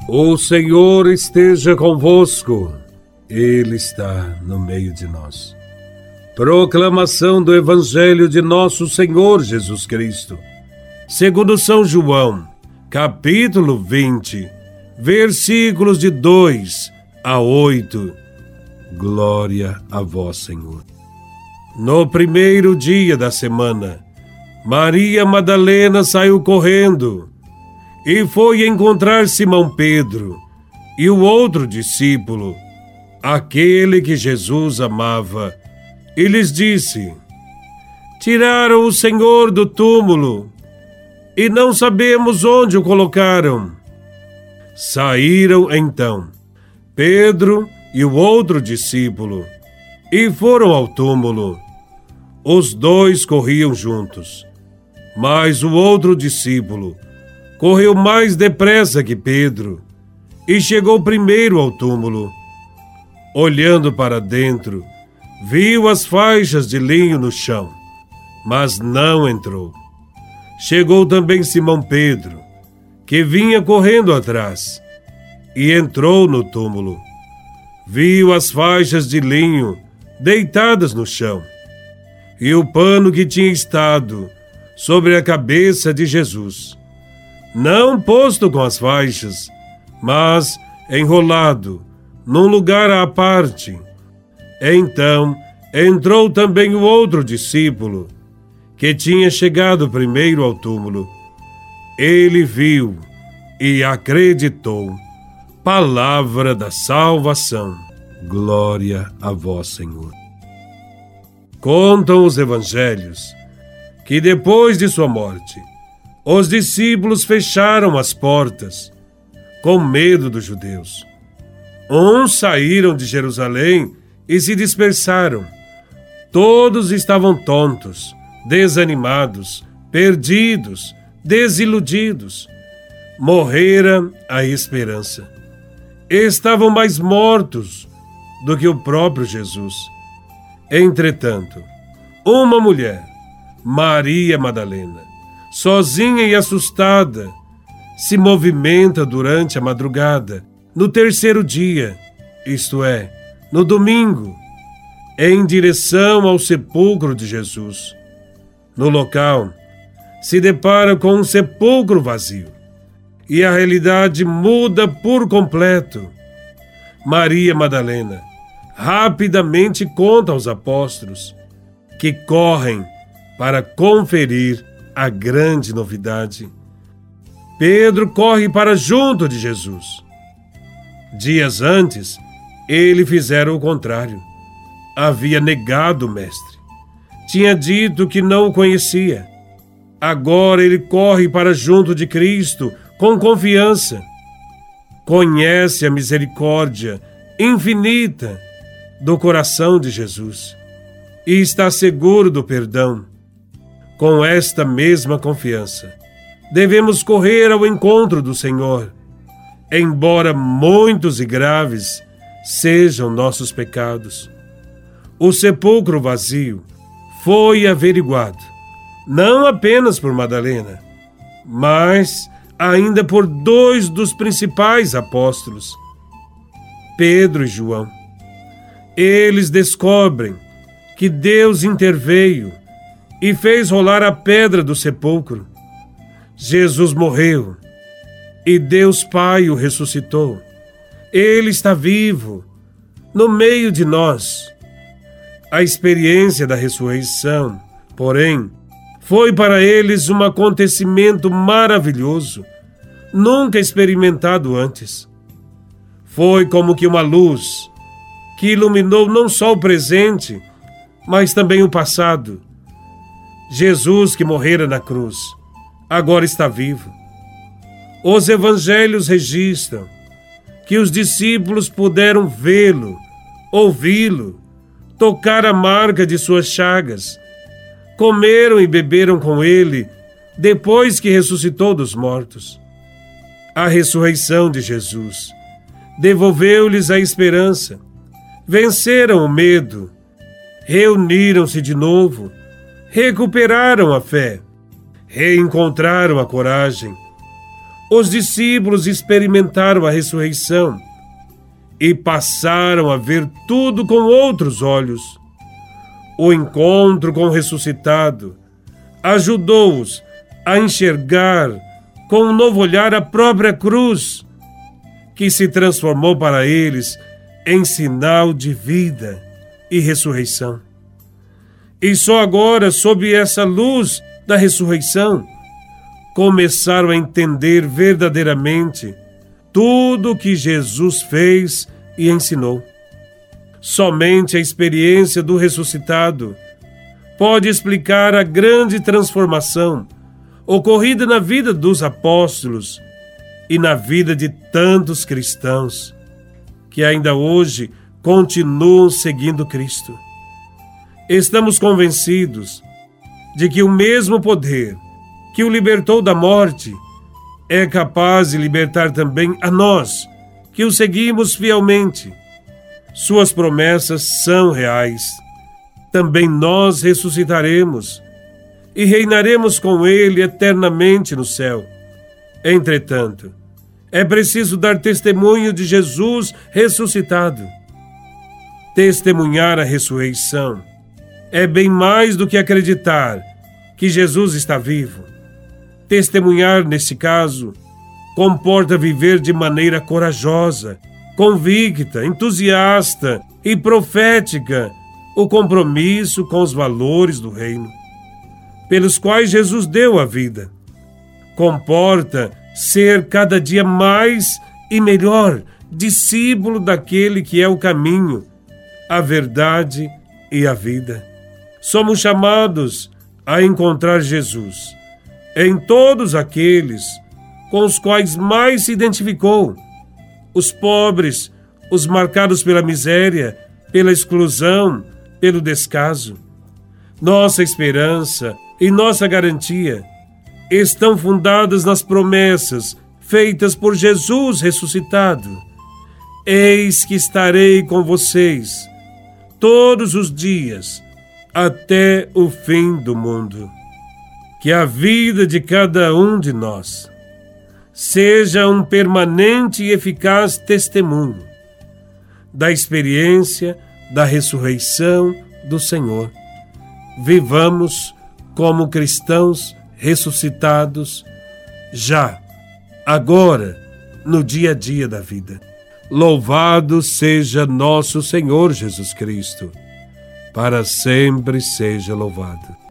O Senhor esteja convosco, Ele está no meio de nós. Proclamação do Evangelho de Nosso Senhor Jesus Cristo, segundo São João, capítulo 20, versículos de 2 a 8. Glória a vós, Senhor. No primeiro dia da semana, Maria Madalena saiu correndo e foi encontrar Simão Pedro e o outro discípulo, aquele que Jesus amava, e lhes disse: Tiraram o Senhor do túmulo e não sabemos onde o colocaram. Saíram então Pedro e o outro discípulo e foram ao túmulo. Os dois corriam juntos, mas o outro discípulo correu mais depressa que Pedro e chegou primeiro ao túmulo. Olhando para dentro, viu as faixas de linho no chão, mas não entrou. Chegou também Simão Pedro, que vinha correndo atrás, e entrou no túmulo. Viu as faixas de linho deitadas no chão, e o pano que tinha estado sobre a cabeça de Jesus, não posto com as faixas, mas enrolado num lugar à parte. Então entrou também o outro discípulo, que tinha chegado primeiro ao túmulo. Ele viu e acreditou. Palavra da salvação. Glória a vós, Senhor. Contam os evangelhos que depois de sua morte, os discípulos fecharam as portas, com medo dos judeus. Uns saíram de Jerusalém e se dispersaram. Todos estavam tontos, desanimados, perdidos, desiludidos. Morrera a esperança. Estavam mais mortos do que o próprio Jesus. Entretanto, uma mulher, Maria Madalena, sozinha e assustada, se movimenta durante a madrugada, no terceiro dia, isto é, no domingo, em direção ao sepulcro de Jesus. No local, se depara com um sepulcro vazio, e a realidade muda por completo. Maria Madalena rapidamente conta aos apóstolos, que correm para conferir a grande novidade. Pedro corre para junto de Jesus. Dias antes, ele fizera o contrário. Havia negado o mestre. Tinha dito que não o conhecia. Agora ele corre para junto de Cristo com confiança. Conhece a misericórdia infinita do coração de Jesus e está seguro do perdão. Com esta mesma confiança, devemos correr ao encontro do Senhor, embora muitos e graves sejam nossos pecados. O sepulcro vazio foi averiguado, não apenas por Madalena, mas ainda por dois dos principais apóstolos, Pedro e João. Eles descobrem que Deus interveio e fez rolar a pedra do sepulcro. Jesus morreu e Deus Pai o ressuscitou. Ele está vivo no meio de nós. A experiência da ressurreição, porém, foi para eles um acontecimento maravilhoso, nunca experimentado antes. Foi como que uma luz que iluminou não só o presente, mas também o passado. Jesus, que morrera na cruz, agora está vivo. Os evangelhos registram que os discípulos puderam vê-lo, ouvi-lo, tocar a marca de suas chagas, comeram e beberam com ele depois que ressuscitou dos mortos. A ressurreição de Jesus devolveu-lhes a esperança, venceram o medo, reuniram-se de novo, recuperaram a fé, reencontraram a coragem. os discípulos experimentaram a ressurreição e passaram a ver tudo com outros olhos. O encontro com o ressuscitado ajudou-os a enxergar com um novo olhar a própria cruz, que se transformou para eles em sinal de vida e ressurreição. E só agora, sob essa luz da ressurreição, começaram a entender verdadeiramente tudo o que Jesus fez e ensinou. Somente a experiência do ressuscitado pode explicar a grande transformação ocorrida na vida dos apóstolos e na vida de tantos cristãos que ainda hoje continuam seguindo Cristo. Estamos convencidos de que o mesmo poder que o libertou da morte é capaz de libertar também a nós, que o seguimos fielmente. Suas promessas são reais. Também nós ressuscitaremos e reinaremos com Ele eternamente no céu. Entretanto, é preciso dar testemunho de Jesus ressuscitado. Testemunhar a ressurreição é bem mais do que acreditar que Jesus está vivo. Testemunhar, nesse caso, comporta viver de maneira corajosa, convicta, entusiasta e profética o compromisso com os valores do reino, pelos quais Jesus deu a vida. Comporta ser cada dia mais e melhor discípulo daquele que é o caminho, a verdade e a vida. Somos chamados a encontrar Jesus em todos aqueles com os quais mais se identificou: os pobres, os marcados pela miséria, pela exclusão, pelo descaso. Nossa esperança e nossa garantia estão fundadas nas promessas feitas por Jesus ressuscitado. Eis que estarei com vocês todos os dias, até o fim do mundo. Que a vida de cada um de nós seja um permanente e eficaz testemunho da experiência da ressurreição do Senhor. Vivamos como cristãos ressuscitados já, agora, no dia a dia da vida. Louvado seja nosso Senhor Jesus Cristo. Para sempre seja louvado.